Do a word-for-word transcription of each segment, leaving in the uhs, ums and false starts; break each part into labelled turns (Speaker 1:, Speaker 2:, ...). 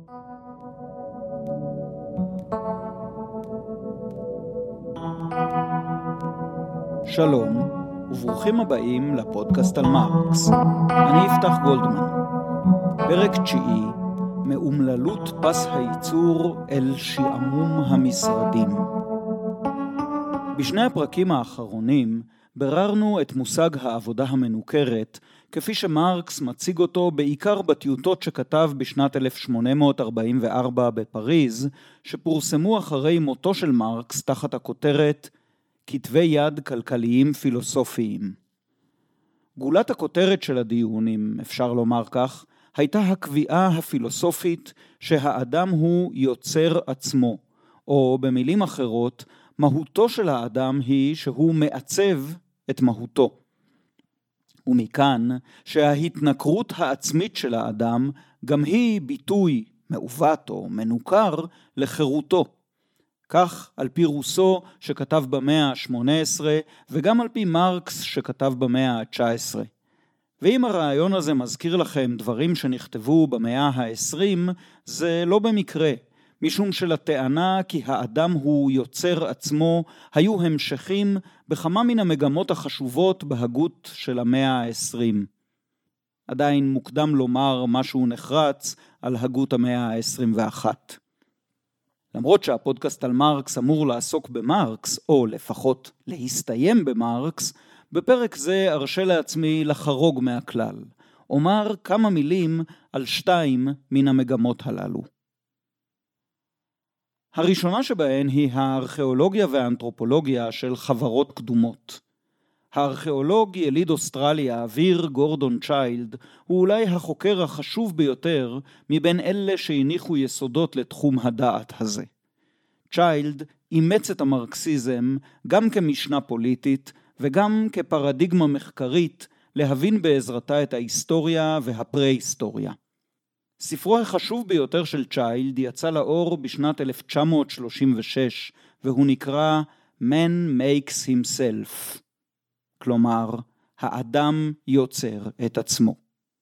Speaker 1: שלום, וברוכים הבאים לפודקאסט על מרקס. אני יפתח גולדמן. פרק תשיעי, מאומללות פס הייצור אל שעמום המשרדים. בשני הפרקים האחרונים בררנו את מושג העבודה המנוכרת, כפי שמרקס מציג אותו בעיקר בטיוטות שכתב בשנת אלף שמונה מאות ארבעים וארבע בפריז, שפורסמו אחרי מותו של מרקס תחת הכותרת כתבי יד כלכליים פילוסופיים. גולת הכותרת של הדיון, אם אפשר לומר כך, הייתה הקביעה הפילוסופית שהאדם הוא יוצר עצמו, או במילים אחרות, מהותו של האדם היא שהוא מעצב את מהותו. ומכאן שההתנכרות העצמית של האדם גם היא ביטוי מעוות או מנוכר לחירותו. כך על פי רוסו שכתב במאה ה-שמונה עשרה וגם על פי מרקס שכתב במאה ה-תשע עשרה. ואם הרעיון הזה מזכיר לכם דברים שנכתבו במאה ה-עשרים, זה לא במקרה, משום שלטענה כי האדם הוא יוצר עצמו היו המשכים בכמה מן המגמות החשובות בהגות של המאה ה-עשרים. עדיין מוקדם לומר משהו נחרץ על הגות המאה ה-עשרים ואחת. למרות שהפודקאסט על מרקס אמור לעסוק במרקס, או לפחות להסתיים במרקס, בפרק זה ארשה לעצמי לחרוג מהכלל. אומר כמה מילים על שתיים מן המגמות הללו. הראשונה שבהן היא הארכיאולוגיה והאנתרופולוגיה של חברות קדומות. הארכיאולוג יליד אוסטרליה, ויר גורדון צ'יילד, הוא אולי החוקר החשוב ביותר מבין אלה שהניחו יסודות לתחום הדעת הזה. צ'יילד אימץ את המרקסיזם גם כמשנה פוליטית וגם כפרדיגמה מחקרית להבין בעזרתה את ההיסטוריה והפרה-היסטוריה. ספרו החשוב ביותר של צ'יילד יצא לאור בשנת אלף תשע מאות שלושים ושש והוא נקרא Man Makes Himself. כלומר, האדם יוצר את עצמו.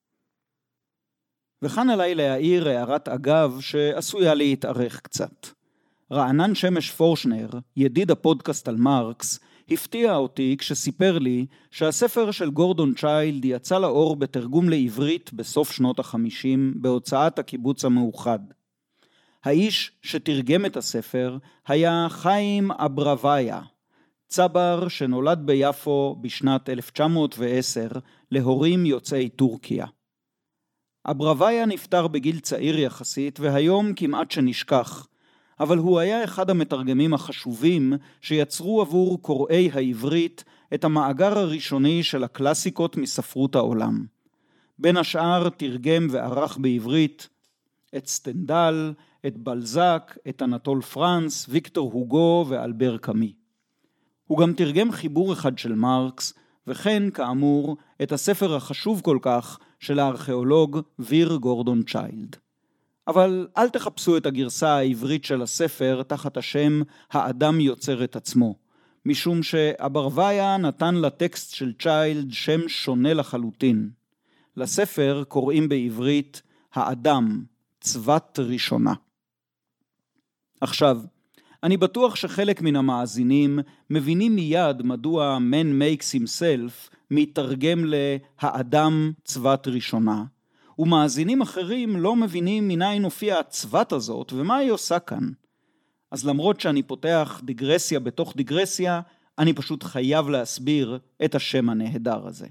Speaker 1: וכאן עליי להעיר הערת אגב שעשויה להתארך קצת. רענן שמש פורשנר, ידיד הפודקאסט על מרקס, הפתיע אותי כשסיפר לי שהספר של גורדון צ'יילד יצא לאור בתרגום לעברית בסוף שנות החמישים בהוצאת הקיבוץ המאוחד. האיש שתרגם את הספר היה חיים אברוויה, צבר שנולד ביפו בשנת אלף תשע מאות ועשר להורים יוצאי טורקיה. אברוויה נפטר בגיל צעיר יחסית והיום כמעט שנשכח, אבל הוא היה אחד המתרגמים החשובים שיצרו עבור קוראי העברית את המאגר הראשוני של הקלאסיקות מספרות העולם. בין השאר תרגם וערך בעברית את סטנדל, את בלזק, את אנטול פרנס, ויקטור הוגו ואלבר קאמי. הוא גם תרגם חיבור אחד של מרקס, וכן כאמור את הספר החשוב כל כך של הארכיאולוג ויר גורדון צ'יילד. אבל אל תחפשו את הגרסה העברית של הספר תחת השם האדם יוצר את עצמו, משום שאברוויה נתן לטקסט של צ'יילד שם שונה לחלוטין. לספר קוראים בעברית האדם, צוות ראשונה. עכשיו, אני בטוח שחלק מן המאזינים מבינים מיד מדוע Man Makes Himself מתרגם להאדם צוות ראשונה, ומאזינים אחרים לא מבינים מניין הופיעה הצוות הזאת ומה היא עושה כאן. אז למרות שאני פותח דיגרסיה בתוך דיגרסיה, אני פשוט חייב להסביר את השם הנהדר הזה.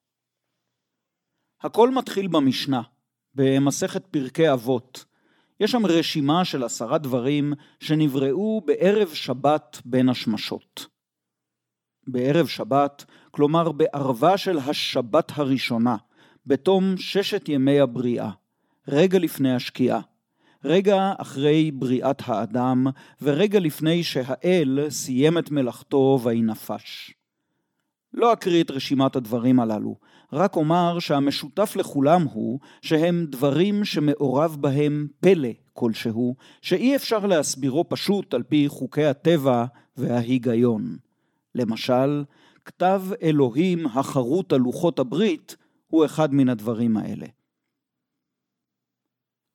Speaker 1: הכל מתחיל במשנה, במסכת פרקי אבות. יש שם רשימה של עשרה דברים שנבראו בערב שבת בין השמשות. בערב שבת, כלומר בערבה של השבת הראשונה, בתום ששת ימי הבריאה, רגע לפני השקיעה, רגע אחרי בריאת האדם, ורגע לפני שהאל סיים את מלאכתו וינפש. לא אקריא את רשימת הדברים הללו, רק אומר שהמשותף לכולם הוא שהם דברים שמעורב בהם פלא כלשהו, שאי אפשר להסבירו פשוט על פי חוקי הטבע וההיגיון. למשל, כתב אלוהים החרוט על לוחות הברית הוא אחד מן הדברים האלה.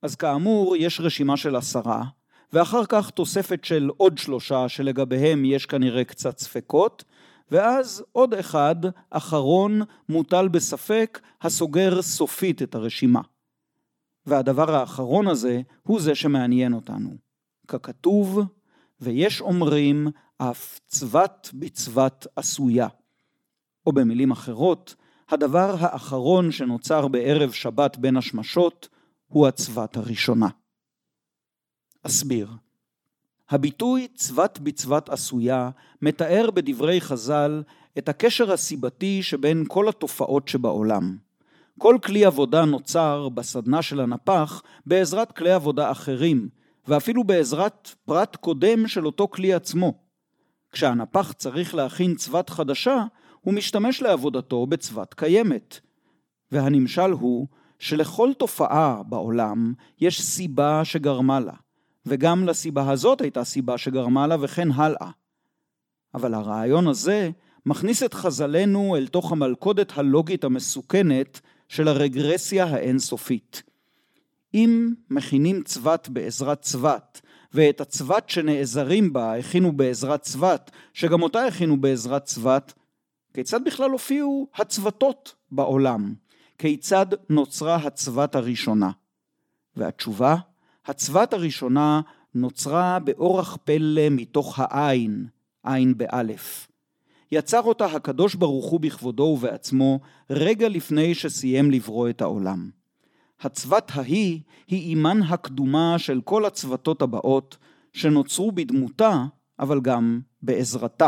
Speaker 1: אז כאמור יש רשימה של עשרה, ואחר כך תוספת של עוד שלושה שלגביהם יש כנראה קצת ספקות, ואז עוד אחד, אחרון, מוטל בספק, הסוגר סופית את הרשימה. והדבר האחרון הזה הוא זה שמעניין אותנו. ככתוב, ויש אומרים, אף צוות בצוות עשויה. או במילים אחרות, הדבר האחרון שנוצר בערב שבת בין השמשות, הוא הצוות הראשונה. אסביר. הביטוי צוות בצוות עשויה מתאר בדברי חז"ל את הקשר הסיבתי שבין כל התופעות שבעולם. כל כלי עבודה נוצר בסדנה של הנפח בעזרת כלי עבודה אחרים, ואפילו בעזרת פרט קודם של אותו כלי עצמו. כשהנפח צריך להכין צוות חדשה, הוא משתמש לעבודתו בצוות קיימת. והנמשל הוא שלכל תופעה בעולם יש סיבה שגרמה לה, וגם לסיבה הזאת הייתה סיבה שגרמה לה וכן הלאה. אבל הרעיון הזה מכניס את חז"לנו אל תוך המלכודת הלוגית המסוכנת של הרגרסיה האינסופית. אם מכינים צוות בעזרת צוות, ואת הצוות שנעזרים בה הכינו בעזרת צוות, שגם אותה הכינו בעזרת צוות, כיצד בכלל הופיעו הצוותות בעולם? כיצד נוצרה הצוות הראשונה? והתשובה, הצוות הראשונה נוצרה באורח פלא מתוך העין, עין באלף. יצר אותה הקדוש ברוך הוא בכבודו ובעצמו רגע לפני שסיים לברוא את העולם. הצוות ההיא היא אימן הקדומה של כל הצוותות הבאות שנוצרו בדמותה אבל גם בעזרתה.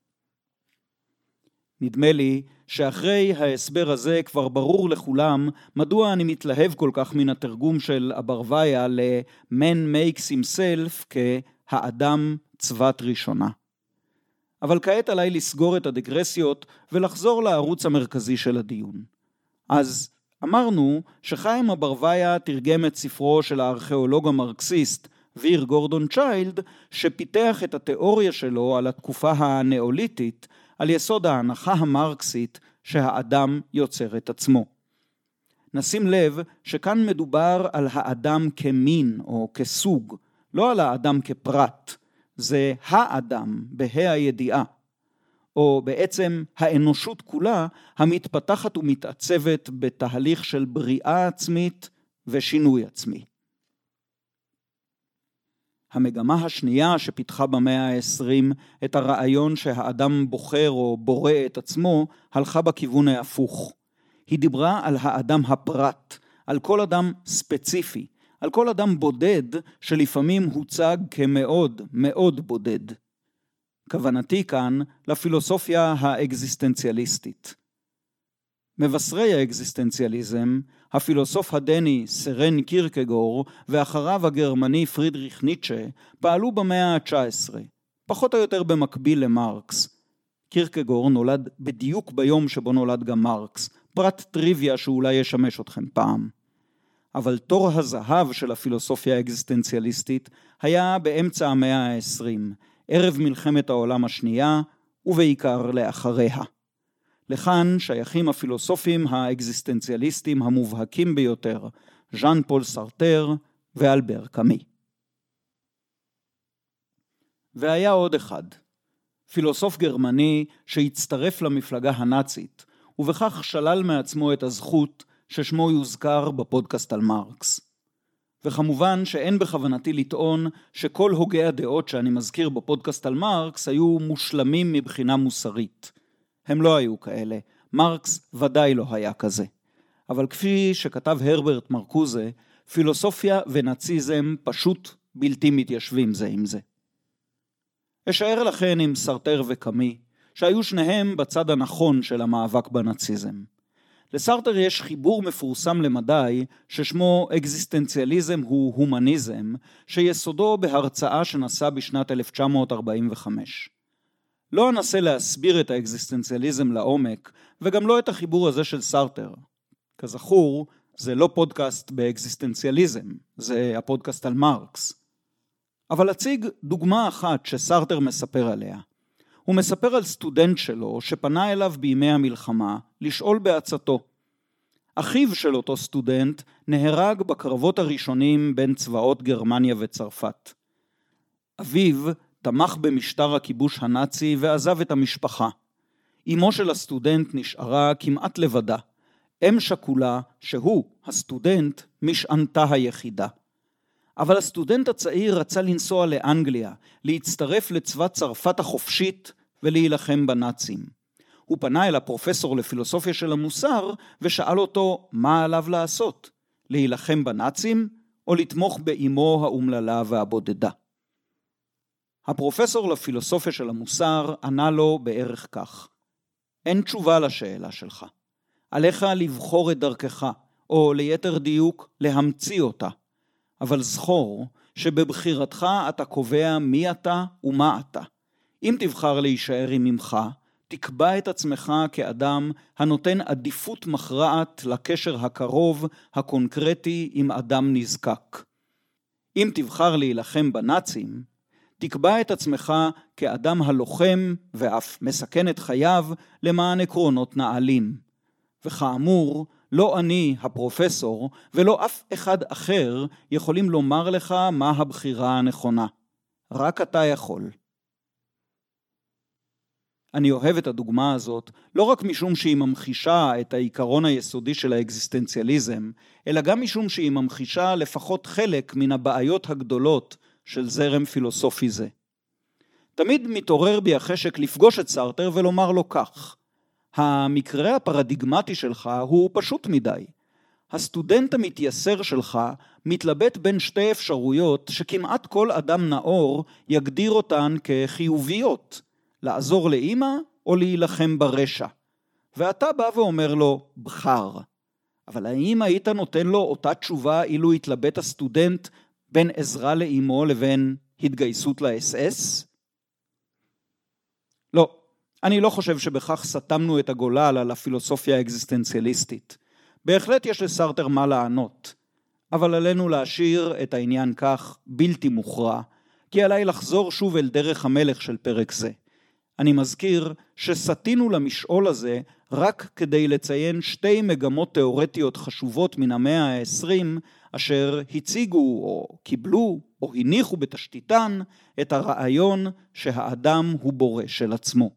Speaker 1: נדמה לי שאחרי ההסבר הזה כבר ברור לכולם מדוע אני מתלהב כל כך מן התרגום של אברוויה ל-Man makes himself כהאדם צוות ראשונה. אבל כעת עליי לסגור את הדיגרסיות ולחזור לערוץ המרכזי של הדיון. אז אמרנו שחיים אברוויה תרגם את ספרו של הארכיאולוג המרקסיסט ויר גורדון צ'יילד, שפיתח את התיאוריה שלו על התקופה הנאוליתית על יסוד ההנחה המרקסית שהאדם יוצר את עצמו. נשים לב שכאן מדובר על האדם כמין או כסוג, לא על האדם כפרט. זה האדם בה"א הידיעה, או בעצם האנושות כולה המתפתחת ומתעצבת בתהליך של בריאה עצמית ושינוי עצמי. המגמה השנייה שפיתחה במאה ה-עשרים את הרעיון שהאדם בוחר או בורא את עצמו, הלכה בכיוון ההפוך. היא דיברה על האדם הפרט, על כל אדם ספציפי, על כל אדם בודד שלפעמים הוצג כמאוד מאוד בודד. כוונתי כאן לפילוסופיה האקזיסטנציאליסטית. מבשרי האקזיסטנציאליזם, הפילוסוף הדני סרן קירקגור ואחריו הגרמני פרידריך ניטשה פעלו במאה ה-תשע עשרה, פחות או יותר במקביל למרקס. קירקגור נולד בדיוק ביום שבו נולד גם מרקס, פרט טריוויה שאולי ישמש אתכם פעם. אבל תור הזהב של הפילוסופיה האקזיסטנציאליסטית היה באמצע המאה ה-עשרים, ערב מלחמת העולם השנייה ובעיקר לאחריה. לכאן שייכים הפילוסופים האקזיסטנציאליסטים המובהקים ביותר, ז'אן פול סארטר ואלבר קאמי. והיה עוד אחד, פילוסוף גרמני שהצטרף למפלגה הנאצית, ובכך שלל מעצמו את הזכות ששמו יוזכר בפודקאסט על מרקס. וכמובן שאין בכוונתי לטעון שכל הוגי הדעות שאני מזכיר בפודקאסט על מרקס היו מושלמים מבחינה מוסרית. הם לא היו כאלה, מרקס ודאי לא היה כזה. אבל כפי שכתב הרברט מרקוזה, פילוסופיה ונאציזם פשוט בלתי מתיישבים זה עם זה. אשאר לכן עם סארטר וקאמי, שהיו שניהם בצד הנכון של המאבק בנאציזם. לסארטר יש חיבור מפורסם למדי ששמו אקזיסטנציאליזם הוא הומניזם, שיסודו בהרצאה שנשא בשנת אלף תשע מאות ארבעים וחמש. לא אנסה להסביר את האקזיסטנציאליזם לעומק, וגם לא את החיבור הזה של סארטר. כזכור, זה לא פודקאסט באקזיסטנציאליזם, זה הפודקאסט על מרקס. אבל אציג דוגמה אחת שסארטר מספר עליה. הוא מספר על סטודנט שלו שפנה אליו בימי המלחמה לשאול בעצתו. אחיו של אותו סטודנט נהרג בקרבות הראשונים בין צבאות גרמניה וצרפת. אביו תמך במשטר הכיבוש הנאצי ועזב את המשפחה. אמו של הסטודנט נשארה כמעט לבדה, אם שכולה שהוא, הסטודנט, משענתה היחידה. אבל הסטודנט הצעיר רצה לנסוע לאנגליה, להצטרף לצבא צרפת החופשית ולהילחם בנאצים. הוא פנה אל הפרופסור לפילוסופיה של המוסר ושאל אותו מה עליו לעשות, להילחם בנאצים או לתמוך באמו האומללה והבודדה. הפרופסור לפילוסופיה של המוסר ענה לו בערך כך: אין תשובה לשאלה שלך. עליך לבחור את דרכך, או ליתר דיוק להמציא אותה. אבל זכור שבבחירתך אתה קובע מי אתה ומה אתה. אם תבחר להישאר עם ממך, תקבע את עצמך כאדם הנותן עדיפות מכרעת לקשר הקרוב, הקונקרטי עם אדם נזקק. אם תבחר להילחם בנאצים, תקבע את עצמך כאדם הלוחם ואף מסכן את חייו למען עקרונות נעלים. וכאמור, לא אני, הפרופסור, ולא אף אחד אחר יכולים לומר לך מה הבחירה הנכונה. רק אתה יכול. אני אוהב את הדוגמה הזאת, לא רק משום שהיא ממחישה את העיקרון היסודי של האקזיסטנציאליזם, אלא גם משום שהיא ממחישה לפחות חלק מן הבעיות הגדולות של זרם פילוסופי זה. תמיד מתעורר בי החשק לפגוש את סארטר ולומר לו כך: המקרה הפרדיגמטי שלך הוא פשוט מדי. הסטודנט המתייסר שלך מתלבט בין שתי אפשרויות שכמעט כל אדם נאור יגדיר אותן כחיוביות, לעזור לאמא או להילחם ברשע. ואתה בא ואומר לו, בחר. אבל האם היית נותן לו אותה תשובה אילו התלבט הסטודנט בין עזרה לאמו לבין התגייסות ל-אס אס? לא, אני לא חושב שבכך סתמנו את הגולל על הפילוסופיה האקזיסטנציאליסטית. בהחלט יש לסארטר מה לענות, אבל עלינו להשאיר את העניין כך בלתי מוכרע, כי עליי לחזור שוב אל דרך המלך של פרק זה. אני מזכיר שסתינו למשעול הזה רק כדי לציין שתי מגמות תיאורטיות חשובות מן המאה ה-עשרים, אשר הציגו או קיבלו או הניחו בתשתיתן את הרעיון שהאדם הוא בורא של עצמו.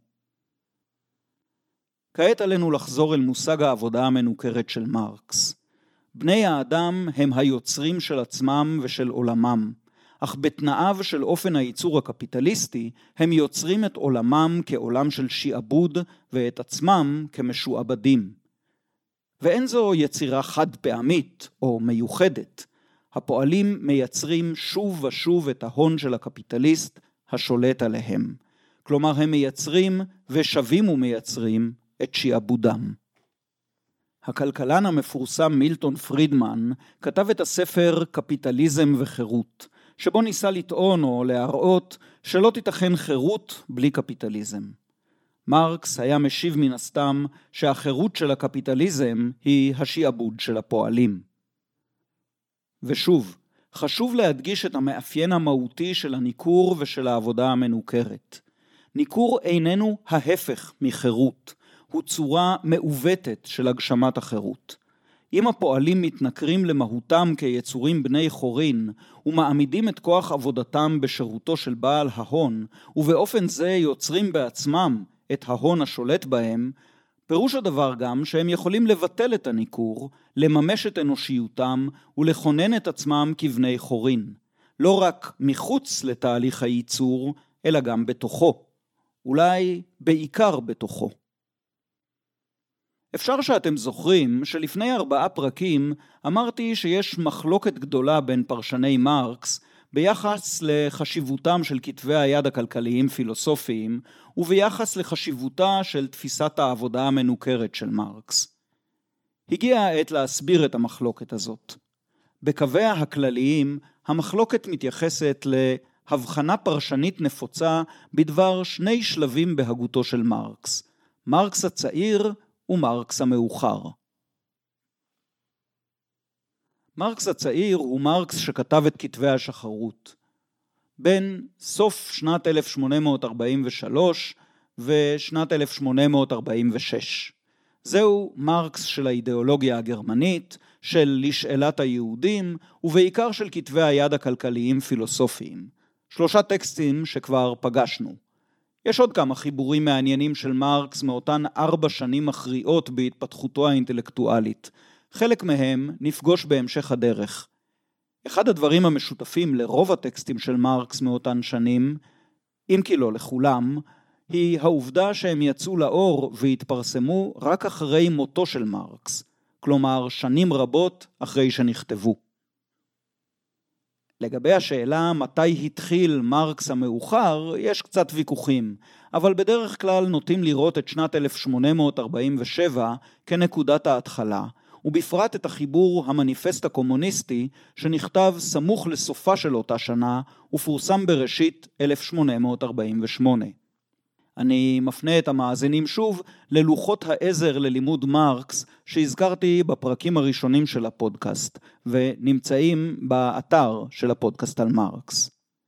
Speaker 1: כעת עלינו לחזור אל מושג העבודה המנוכרת של מרקס. בני האדם הם היוצרים של עצמם ושל עולמם, אך בתנאיו של אופן הייצור הקפיטליסטי הם יוצרים את עולמם כעולם של שיעבוד ואת עצמם כמשועבדים. ואין זו יצירה חד פעמית או מיוחדת. הפועלים מייצרים שוב ושוב את ההון של הקפיטליסט השולט עליהם. כלומר הם מייצרים ושבים ומייצרים את שיעבודם. הכלכלן המפורסם מילטון פרידמן כתב את הספר קפיטליזם וחירות, שבו ניסה לטעון או להראות שלא תיתכן חירות בלי קפיטליזם. מרקס היה משיב מן הסתם שהחירות של הקפיטליזם היא השיעבוד של הפועלים. ושוב, חשוב להדגיש את המאפיין המהותי של הניכור ושל העבודה המנוכרת. ניכור איננו ההפך מחירות, הוא צורה מעוותת של הגשמת החירות. אם הפועלים מתנכרים למהותם כיצורים בני חורין ומעמידים את כוח עבודתם בשירותו של בעל ההון, ובאופן זה יוצרים בעצמם את ההון השולט בהם, פירוש הדבר גם שהם יכולים לבטל את הניכור, לממש את אנושיותם ולכונן את עצמם כבני חורין, לא רק מחוץ לתהליך הייצור, אלא גם בתוכו, אולי בעיקר בתוכו. אפשר שאתם זוכרים שלפני ארבעה פרקים אמרתי שיש מחלוקת גדולה בין פרשני מרקס ביחס לחשיבותם של כתבי היד הכלכליים פילוסופיים וביחס לחשיבותה של תפיסת העבודה המנוכרת של מרקס. הגיעה העת להסביר את המחלוקת הזאת. בקוויה הכלליים המחלוקת מתייחסת להבחנה פרשנית נפוצה בדבר שני שלבים בהגותו של מרקס, מרקס הצעיר ומרקס המאוחר. מרקס הצעיר הוא מרקס שכתב את כתבי השחרות. בין סוף שנת אלף שמונה מאות ארבעים ושלוש ושנת אלף שמונה מאות ארבעים ושש. זהו מרקס של האידיאולוגיה הגרמנית, של לשאלת היהודים, ובעיקר של כתבי היד הכלכליים פילוסופיים. שלושה טקסטים שכבר פגשנו. יש עוד כמה חיבורים מעניינים של מרקס מאותן ארבע שנים מכריעות בהתפתחותו האינטלקטואלית. חלק מהם נפגוש בהמשך הדרך. אחד הדברים המשותפים לרוב הטקסטים של מרקס מאותן שנים, אם כי לא לכולם, היא העובדה שהם יצאו לאור והתפרסמו רק אחרי מותו של מרקס, כלומר שנים רבות אחרי שנכתבו. לגבי השאלה מתי התחיל מרקס המאוחר, יש קצת ויכוחים, אבל בדרך כלל נוטים לראות את שנת אלף שמונה מאות ארבעים ושבע כנקודת ההתחלה, ובפרט את החיבור המניפסט הקומוניסטי שנכתב סמוך לסופה של אותה שנה ופורסם בראשית אלף שמונה מאות ארבעים ושמונה. אני מפנה את המאזינים שוב ללוחות העזר ללימוד מרקס שהזכרתי בפרקים הראשונים של הפודקאסט ונמצאים באתר של הפודקאסט על מרקס.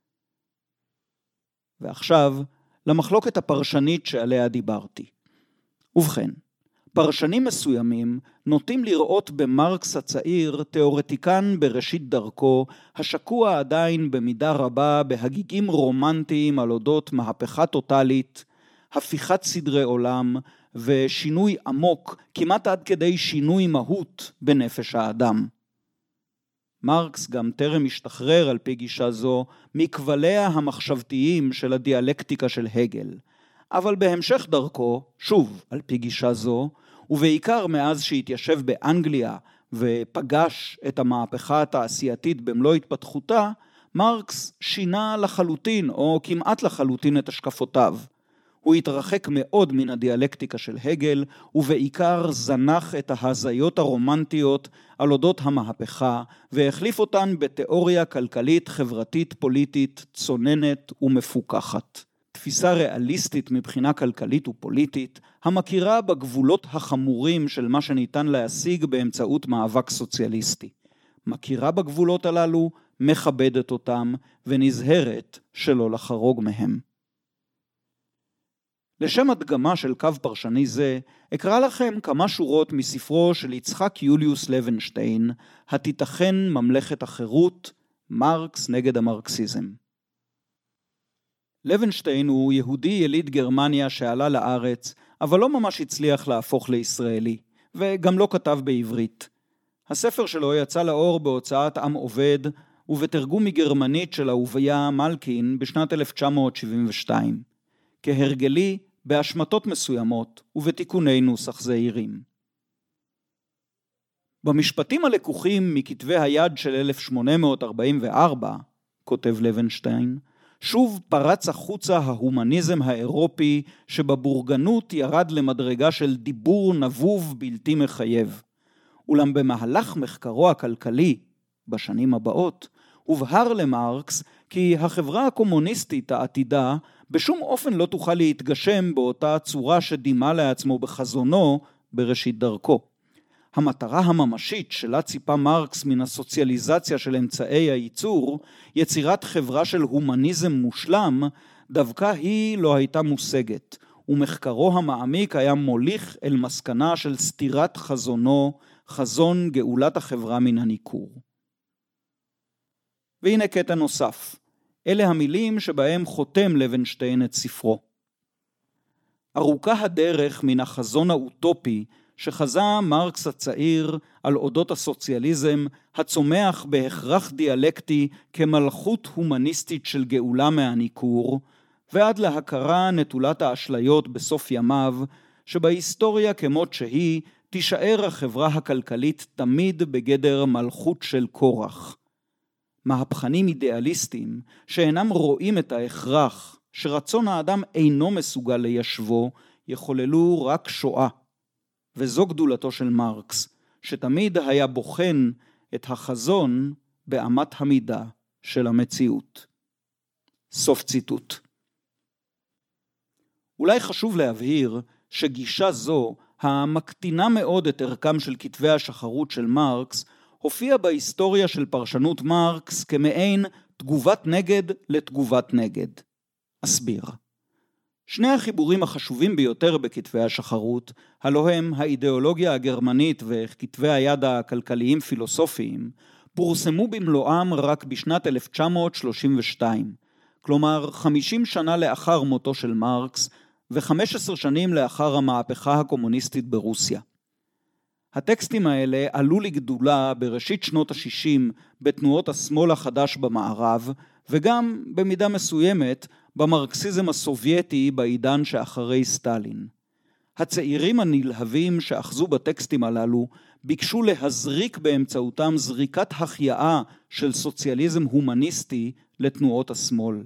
Speaker 1: ועכשיו למחלוקת הפרשנית שעליה דיברתי. ובכן, פרשנים מסוימים נוטים לראות במרקס הצעיר תיאורטיקן בראשית דרכו, השקוע עדיין במידה רבה בהגיגים רומנטיים על אודות מהפכה טוטלית, הפיכת סדרי עולם ושינוי עמוק, כמעט עד כדי שינוי מהות בנפש האדם. מרקס גם טרם השתחרר על פי גישה זו מכבליה המחשבתיים של הדיאלקטיקה של הגל. אבל בהמשך דרכו, שוב על פי גישה זו, ובעיקר מאז שהתיישב באנגליה ופגש את המהפכה התעשייתית במלוא התפתחותה, מרקס שינה לחלוטין או כמעט לחלוטין את השקפותיו. הוא התרחק מאוד מן הדיאלקטיקה של הגל, ובעיקר זנח את ההזיות הרומנטיות על אודות המהפכה, והחליף אותן בתיאוריה כלכלית, חברתית, פוליטית, צוננת ומפוקחת. תפיסה ריאליסטית מבחינה כלכלית ופוליטית, המכירה בגבולות החמורים של מה שניתן להשיג באמצעות מאבק סוציאליסטי. מכירה בגבולות הללו, מכבדת אותם, ונזהרת שלא לחרוג מהם. לשם הדגמה של קו פרשני זה, אקרא לכם כמה שורות מספרו של יצחק יוליוס לוינשטיין, התיתכן ממלכת החירות, מרקס נגד המרקסיזם. לוינשטיין הוא יהודי יליד גרמניה שעלה לארץ, אבל לא ממש הצליח להפוך לישראלי, וגם לא כתב בעברית. הספר שלו יצא לאור בהוצאת עם עובד, ובתרגום מגרמנית של אהוביה מלכין בשנת אלף תשע מאות שבעים ושתיים. כהרגלי, בהשמטות מסוימות ובתיקוני נוסח זהירים. במשפטים הלקוחים מכתבי היד של אלף שמונה מאות ארבעים וארבע, כותב לוינשטיין, שוב פרץ החוצה ההומניזם האירופי שבבורגנות ירד למדרגה של דיבור נבוב בלתי מחייב. אולם במהלך מחקרו הכלכלי, בשנים הבאות, הובהר למרקס כי החברה הקומוניסטית העתידה בשום אופן לא תוכל להתגשם באותה צורה שדימה לעצמו בחזונו בראשית דרכו. המטרה הממשית שלה ציפה מרקס מן הסוציאליזציה של אמצעי הייצור, יצירת חברה של הומניזם מושלם, דווקא היא לא הייתה מושגת, ומחקרו המעמיק היה מוליך אל מסקנה של סתירת חזונו, חזון גאולת החברה מן הניכור. והנה קטע נוסף. אלה המילים שבהם חותם לוינשטיין את ספרו. ארוכה הדרך מן החזון האוטופי שחזה מרקס הצעיר על אודות הסוציאליזם הצומח בהכרח דיאלקטי כמלכות הומניסטית של גאולה מהניכור, ועד להכרה נטולת האשליות בסוף ימיו, שבהיסטוריה כמות שהיא תישאר החברה הכלכלית תמיד בגדר מלכות של כורח. מהפכנים אידיאליסטים שאינם רואים את ההכרח שרצון האדם אינו מסוגל ליישבו, יחוללו רק שואה. וזו גדולתו של מרקס, שתמיד היה בוחן את החזון באמת המידה של המציאות. סוף ציטוט. אולי חשוב להבהיר שגישה זו, המקטינה מאוד את ערכם של כתבי השחרות של מרקס, הופיע בהיסטוריה של פרשנות מרקס כמעין תגובת נגד לתגובת נגד. אסביר. שני החיבורים החשובים ביותר בכתבי השחרות, הלא הם האידיאולוגיה הגרמנית וכתבי היד הכלכליים פילוסופיים, פורסמו במלואם רק בשנת אלף תשע מאות שלושים ושתיים, כלומר חמישים שנה לאחר מותו של מרקס ו-חמש עשרה שנים לאחר המהפכה הקומוניסטית ברוסיה. הטקסטים האלה עלו לגדולה בראשית שנות ה-שישים בתנועות השמאל החדש במערב, וגם במידה מסוימת במרקסיזם הסובייטי בעידן שאחרי סטלין. הצעירים הנלהבים שאחזו בטקסטים הללו ביקשו להזריק באמצעותם זריקת החייאה של סוציאליזם הומניסטי לתנועות השמאל.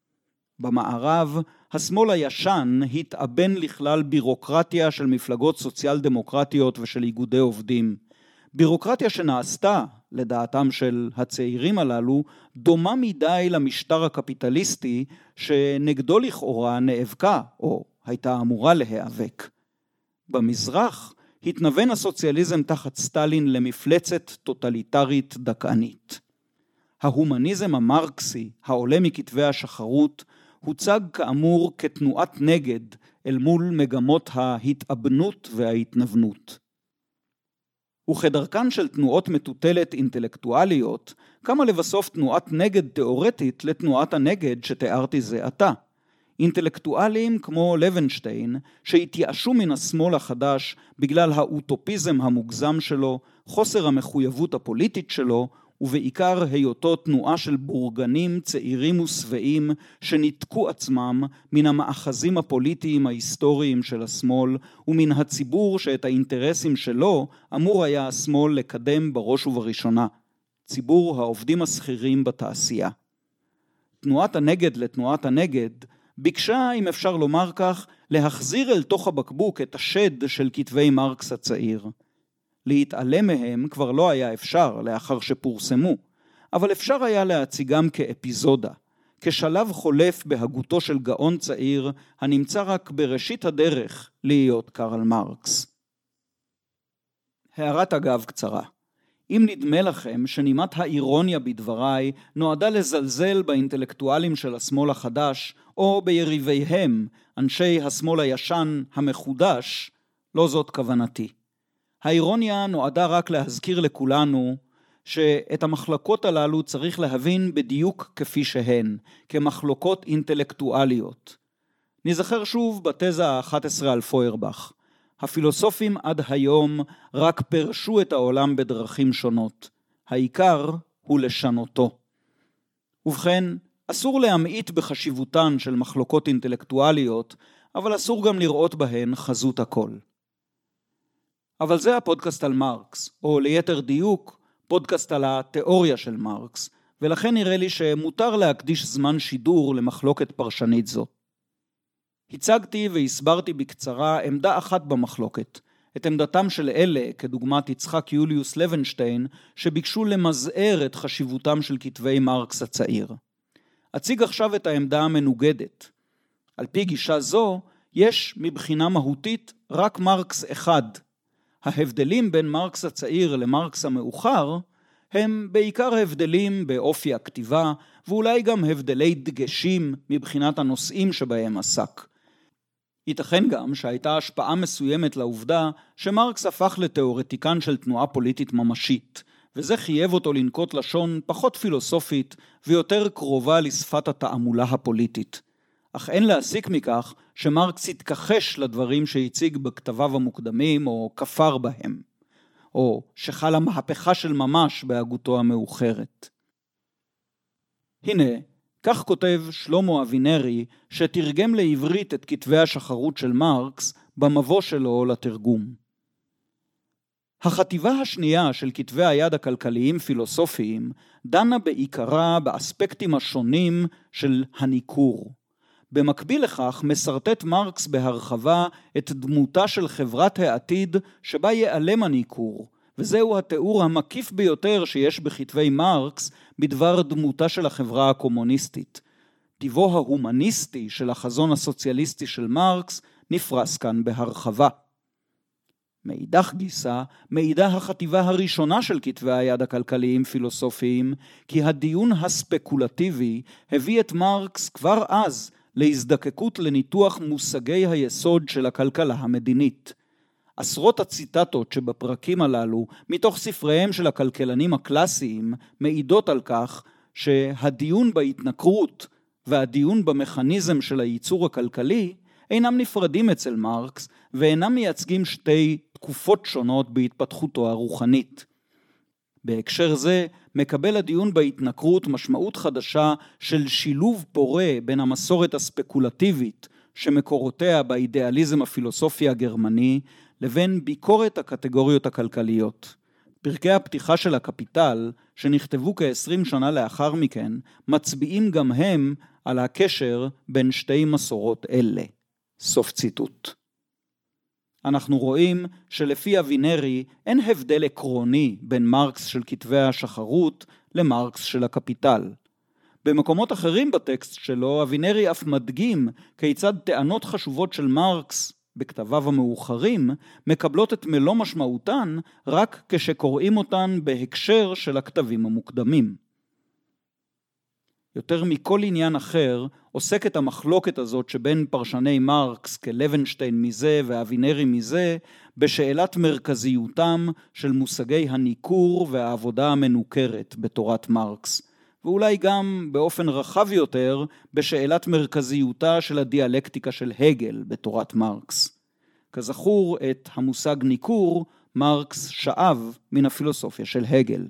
Speaker 1: במערב, השמאל הישן התאבן לכלל בירוקרטיה של מפלגות סוציאל דמוקרטיות ושל איגודי עובדים. בירוקרטיה שנעשתה, לדעתם של הצעירים הללו, דומה מדי למשטר הקפיטליסטי שנגדו לכאורה נאבקה או הייתה אמורה להיאבק. במזרח התנוון הסוציאליזם תחת סטלין למפלצת טוטליטרית דכאנית. ההומניזם המרקסי, העולה מכתבי השחרות, הוצג כאמור כתנועת נגד אל מול מגמות ההתאבנות וההתנוונות. וכדרכן של תנועות מטוטלת אינטלקטואליות, קמה לבסוף תנועת נגד תיאורטית לתנועת הנגד שתיארתי זה עתה. אינטלקטואלים כמו לוינשטיין, שהתייאשו מן השמאל החדש בגלל האוטופיזם המוגזם שלו, חוסר המחויבות הפוליטית שלו, ובעיקר היותו תנועה של בורגנים צעירים ושבעים שניתקו עצמם מן המאחזים הפוליטיים ההיסטוריים של השמאל ומן הציבור שאת האינטרסים שלו אמור היה השמאל לקדם בראש ובראשונה, ציבור העובדים השכירים בתעשייה. תנועת הנגד לתנועת הנגד ביקשה, אם אפשר לומר כך, להחזיר אל תוך הבקבוק את השד של כתבי מרקס הצעיר. להתעלם מהם כבר לא היה אפשר לאחר שפורסמו, אבל אפשר היה להציגם כאפיזודה, כשלב חולף בהגותו של גאון צעיר הנמצא רק בראשית הדרך להיות קרל מרקס. הערת אגב קצרה. אם נדמה לכם שנימת האירוניה בדבריי נועדה לזלזל באינטלקטואלים של השמאל החדש, או ביריביהם, אנשי השמאל הישן המחודש, לא זאת כוונתי. האירוניה נועדה רק להזכיר לכולנו שאת המחלקות הללו צריך להבין בדיוק כפי שהן, כמחלוקות אינטלקטואליות. נזכר שוב בתזה ה-אחת עשרה על פוירבך. הפילוסופים עד היום רק פרשו את העולם בדרכים שונות. העיקר הוא לשנותו. ובכן, אסור להמעיט בחשיבותן של מחלוקות אינטלקטואליות, אבל אסור גם לראות בהן חזות הכל. אבל זה הפודקאסט על מרקס, או ליתר דיוק, פודקאסט על התיאוריה של מרקס, ולכן נראה לי שמותר להקדיש זמן שידור למחלוקת פרשנית זו. הצגתי והסברתי בקצרה עמדה אחת במחלוקת, את עמדתם של אלה, כדוגמת יצחק יוליוס לוינשטיין, שביקשו למזער את חשיבותם של כתבי מרקס הצעיר. אציג עכשיו את העמדה המנוגדת. על פי גישה זו, יש מבחינה מהותית רק מרקס אחד. ההבדלים בין מרקס הצעיר למרקס המאוחר, הם בעיקר הבדלים באופי הכתיבה, ואולי גם הבדלי דגשים מבחינת הנושאים שבהם עסק. ייתכן גם שהייתה השפעה מסוימת לעובדה שמרקס הפך לתיאורטיקן של תנועה פוליטית ממשית, וזה חייב אותו לנקוט לשון פחות פילוסופית ויותר קרובה לשפת התעמולה הפוליטית. אך אין להסיק מכך שמרקס התכחש לדברים שהציג בכתביו המוקדמים או כפר בהם, או שחלה מהפכה של ממש בהגותו המאוחרת. הנה, כך כותב שלמה אבינרי, שתרגם לעברית את כתבי השחרות של מרקס במבוא שלו לתרגום. החטיבה השנייה של כתבי היד הכלכליים פילוסופיים דנה בעיקרה באספקטים השונים של הניכור. במקביל לכך מסרטט מרקס בהרחבה את דמותה של חברת העתיד שבה ייעלם הניכור, וזהו התיאור המקיף ביותר שיש בכתבי מרקס בדבר דמותה של החברה הקומוניסטית. טיבו ההומניסטי של החזון הסוציאליסטי של מרקס נפרס כאן בהרחבה. מאידך גיסא, מעידה החטיבה הראשונה של כתבי היד הכלכליים פילוסופיים, כי הדיון הספקולטיבי הביא את מרקס כבר אז להזדקקות לניתוח מושגי היסוד של הכלכלה המדינית. עשרות הציטטות שבפרקים הללו מתוך ספריהם של הכלכלנים הקלאסיים מעידות על כך שהדיון בהתנכרות והדיון במכניזם של הייצור הכלכלי אינם נפרדים אצל מרקס ואינם מייצגים שתי תקופות שונות בהתפתחותו הרוחנית. בהקשר זה מקבל הדיון בהתנכרות משמעות חדשה של שילוב פורה בין המסורת הספקולטיבית שמקורותיה באידיאליזם הפילוסופי הגרמני לבין ביקורת הקטגוריות הכלכליות. פרקי הפתיחה של הקפיטל, שנכתבו כ-עשרים שנה לאחר מכן, מצביעים גם הם על הקשר בין שתי מסורות אלה. סוף ציטוט. אנחנו רואים שלפי אבינרי אין הבדל עקרוני בין מרקס של כתבי השחרות למרקס של הקפיטל. במקומות אחרים בטקסט שלו, אבינרי אף מדגים כיצד טענות חשובות של מרקס בכתביו המאוחרים מקבלות את מלוא משמעותן רק כשקוראים אותן בהקשר של הכתבים המוקדמים. יותר מכל עניין אחר עוסקת המחלוקת הזאת שבין פרשני מרקס כלוינשטיין מזה ואבינרי מזה בשאלת מרכזיותם של מושגי הניכור והעבודה המנוכרת בתורת מרקס, ואולי גם באופן רחב יותר בשאלת מרכזיותה של הדיאלקטיקה של הגל בתורת מרקס. כזכור, את המושג ניכור מרקס שאב מן הפילוסופיה של הגל.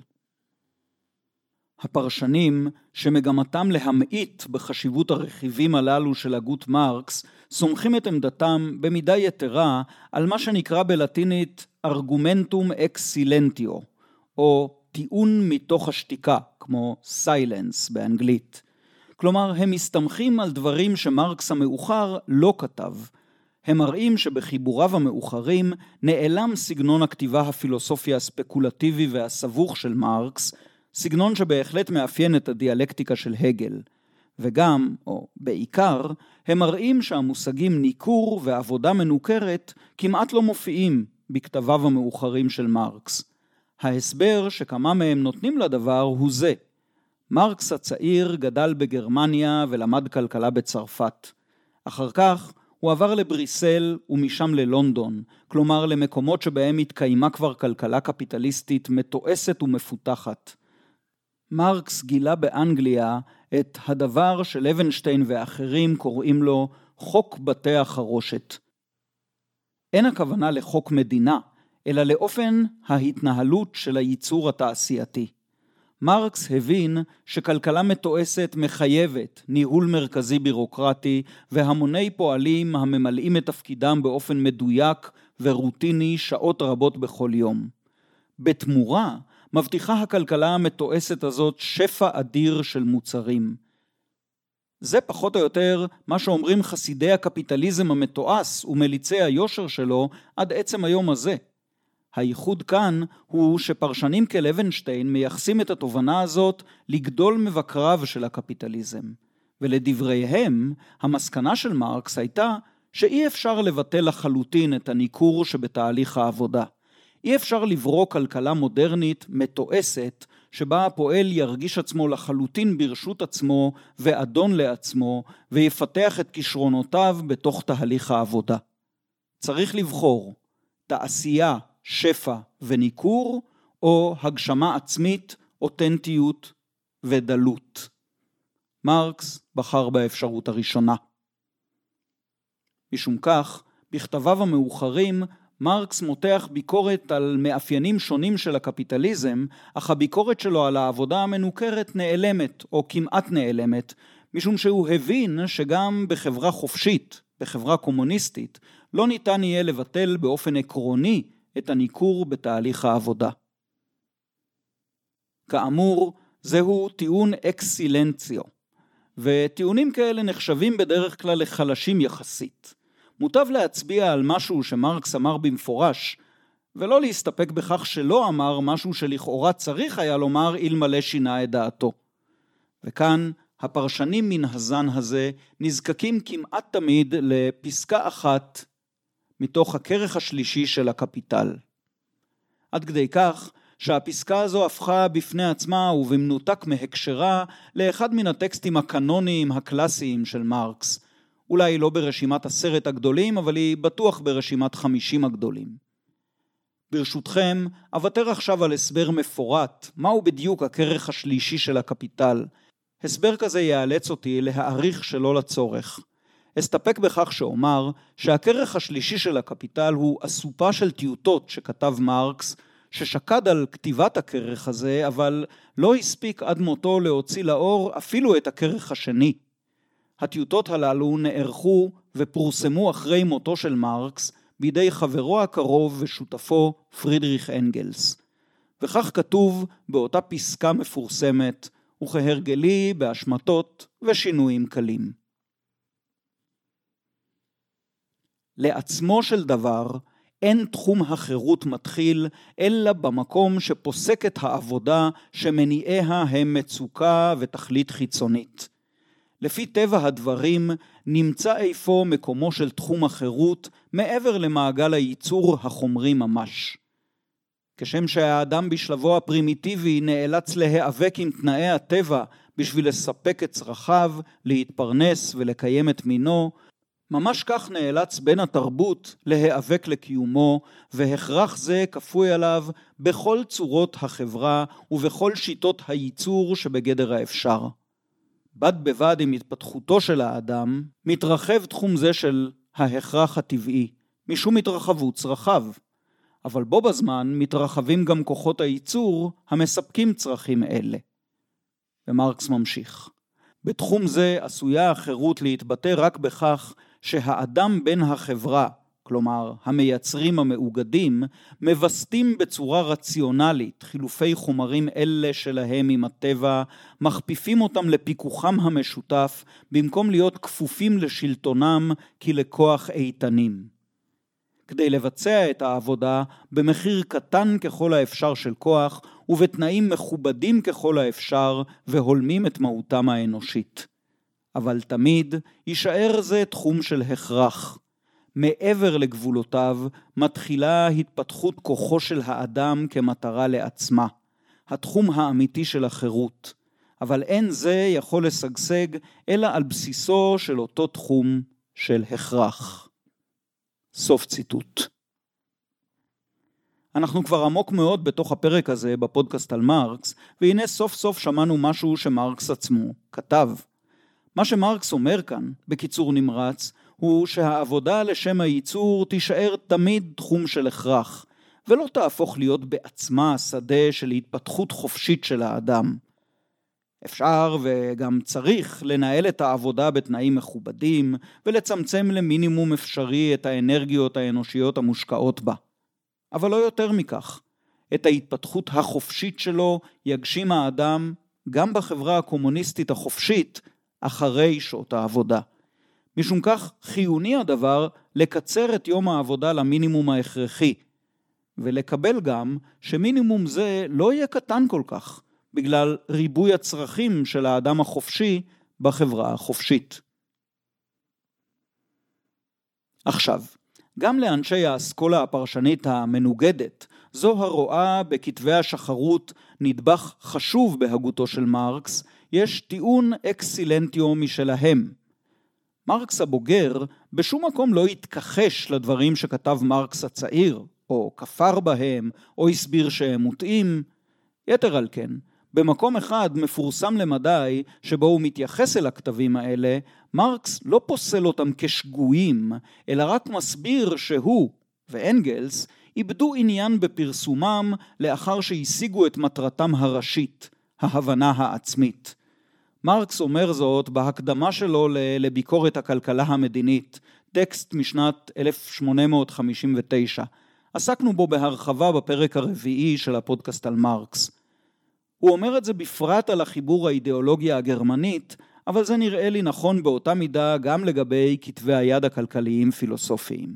Speaker 1: הפרשנים שמגמתם להמעיט בחשיבות הרכיבים הללו של הגות מרקס סומכים את עמדתם במידה יתרה על מה שנקרא בלטינית ארגומנטום אקס סילנטיו, או טיעון מתוך השתיקה, כמו סיילנס באנגלית. כלומר, הם מסתמכים על דברים שמרקס המאוחר לא כתב. הם מראים שבחיבוריו המאוחרים נעלם סגנון הכתיבה הפילוסופי הספקולטיבי והסבוך של מרקס, סגנון שבהחלט מאפיין את הדיאלקטיקה של הגל. וגם, או בעיקר, הם מראים שהמושגים ניכור ועבודה מנוכרת כמעט לא מופיעים בכתביו המאוחרים של מרקס. ההסבר שכמה מהם נותנים לדבר הוא זה. מרקס הצעיר גדל בגרמניה ולמד כלכלה בצרפת. אחר כך הוא עבר לבריסל ומשם ללונדון, כלומר למקומות שבהם התקיימה כבר כלכלה קפיטליסטית מתועסת ומפותחת. מרקס גילה באנגליה את הדבר שלוינשטיין ואחרים קוראים לו חוק בתי החרושת. אין הכוונה לחוק מדינה, אלא לאופן ההתנהלות של הייצור התעשייתי. מרקס הבין שכלכלה מתועסת מחייבת ניהול מרכזי בירוקרטי והמוני פועלים הממלאים את תפקידם באופן מדויק ורוטיני שעות רבות בכל יום. בתמורה מבטיחה הכלכלה המתועסת הזאת שפע אדיר של מוצרים. זה פחות או יותר מה שאומרים חסידי הקפיטליזם המתועש ומליצי היושר שלו עד עצם היום הזה. הייחוד כאן הוא שפרשנים כלוינשטיין מייחסים את התובנה הזאת לגדול מבקריו של הקפיטליזם. ולדבריהם, המסקנה של מרקס הייתה שאי אפשר לבטל לחלוטין את הניכור שבתהליך העבודה. אי אפשר לברוא כלכלה מודרנית מתועסת שבה הפועל ירגיש עצמו לחלוטין ברשות עצמו ואדון לעצמו ויפתח את כישרונותיו בתוך תהליך העבודה. צריך לבחור תעשייה, שפע וניכור או הגשמה עצמית, אותנטיות ודלות. מרקס בחר באפשרות הראשונה. משום כך, בכתביו המאוחרים מרקס מותח ביקורת על מאפיינים שונים של הקפיטליזם, אך הביקורת שלו על העבודה המנוכרת נעלמת או כמעט נעלמת, משום שהוא הבין שגם בחברה חופשית, בחברה קומוניסטית, לא ניתן יהיה לבטל באופן עקרוני את הניכור בתהליך העבודה. כאמור, זהו טיעון אקסילנציו, וטיעונים כאלה נחשבים בדרך כלל לחלשים יחסית. מוטב להצביע על משהו שמרקס אמר במפורש, ולא להסתפק בכך שלא אמר משהו שלכאורה צריך היה לומר אלמלא שינה את דעתו. וכאן הפרשנים מן הזן הזה נזקקים כמעט תמיד לפסקה אחת מתוך הכרך השלישי של הקפיטל. עד כדי כך שהפסקה הזו הפכה בפני עצמה ובמנותק מהקשרה לאחד מן הטקסטים הקנוניים הקלאסיים של מרקס, אולי לא ברשימת עשרת הגדולים, אבל היא בטוח ברשימת חמישים הגדולים. ברשותכם, אוותר עכשיו על הסבר מפורט, מהו בדיוק הכרך השלישי של הקפיטל. הסבר כזה יאלץ אותי להעריך שלא לצורך. אסתפק בכך שאומר שהכרך השלישי של הקפיטל הוא אסופה של טיוטות שכתב מרקס, ששקד על כתיבת הכרך הזה, אבל לא הספיק עד מותו להוציא לאור אפילו את הכרך השני. הטיוטות הללו נערכו ופורסמו אחרי מותו של מרקס בידי חברו הקרוב ושותפו פרידריך אנגלס. וכך כתוב באותה פסקה מפורסמת, וכהרגלי בהשמטות ושינויים קלים. לעצמו של דבר, אין תחום החירות מתחיל, אלא במקום שפוסקת העבודה שמניעיה הם מצוקה ותכלית חיצונית. לפי טבע הדברים, נמצא איפה מקומו של תחום החירות מעבר למעגל הייצור החומרי ממש. כשם שהאדם בשלבו הפרימיטיבי נאלץ להיאבק עם תנאי הטבע בשביל לספק את צרכיו, להתפרנס ולקיים את מינו, ממש כך נאלץ בן התרבות להיאבק לקיומו, והכרח זה כפוי עליו בכל צורות החברה ובכל שיטות הייצור שבגדר האפשר. בד בבד עם התפתחותו של האדם, מתרחב תחום זה של ההכרח הטבעי, משום התרחבות צרכיו. אבל בו בזמן מתרחבים גם כוחות הייצור המספקים צרכים אלה. ומרקס ממשיך. בתחום זה עשויה החירות להתבטא רק בכך שהאדם בין החברה, כלומר המייצרים המאוגדים, מבסטים בצורה רציונלית חילופי חומרים אלה שלהם עם הטבע, מכפיפים אותם לפיקוחם המשותף, במקום להיות כפופים לשלטונם כי לכוח איתנים. כדי לבצע את העבודה במחיר קטן ככל האפשר של כוח, ובתנאים מכובדים ככל האפשר, והולמים את מהותם האנושית. אבל תמיד יישאר זה תחום של הכרח. מעבר לגבולותיו מתחילה התפתחות כוחו של האדם כמטרה לעצמה, התחום האמיתי של החירות, אבל אין זה יכול לשגשג אלא על בסיסו של אותו תחום של הכרח. סוף ציטוט. אנחנו כבר עמוק מאוד בתוך הפרק הזה בפודקאסט על מרקס, והנה סוף סוף שמענו משהו שמרקס עצמו כתב. מה שמרקס אומר כאן, בקיצור נמרץ, הוא שהעבודה לשם הייצור תישאר תמיד תחום של הכרח, ולא תהפוך להיות בעצמה שדה של התפתחות חופשית של האדם. אפשר וגם צריך לנהל את העבודה בתנאים מכובדים, ולצמצם למינימום אפשרי את האנרגיות האנושיות המושקעות בה. אבל לא יותר מכך. את ההתפתחות החופשית שלו יגשים האדם גם בחברה הקומוניסטית החופשית אחרי שעות העבודה. משום כך חיוני הדבר לקצר את יום העבודה למינימום ההכרחי, ולקבל גם שמינימום זה לא יהיה קטן כל כך, בגלל ריבוי הצרכים של האדם החופשי בחברה החופשית. עכשיו, גם לאנשי האסכולה הפרשנית המנוגדת, זו הרואה בכתבי השחרות נדבך חשוב בהגותו של מרקס, יש טיעון אקסילנטיו משלהם. מרקס הבוגר בשום מקום לא התכחש לדברים שכתב מרקס הצעיר, או כפר בהם, או הסביר שהם מוטעים. יתר על כן, במקום אחד מפורסם למדי שבו הוא מתייחס אל הכתבים האלה, מרקס לא פוסל אותם כשגויים, אלא רק מסביר שהוא ואנגלס איבדו עניין בפרסומם לאחר שהשיגו את מטרתם הראשית, ההבנה העצמית. מרקס אומר זאת בהקדמה שלו לביקורת הכלכלה המדינית, טקסט משנת אלף שמונה מאות חמישים ותשע. עסקנו בו בהרחבה בפרק הרביעי של הפודקאסט על מרקס. הוא אומר את זה בפרט על החיבור האידיאולוגיה הגרמנית, אבל זה נראה לי נכון באותה מידה גם לגבי כתבי היד הכלכליים פילוסופיים.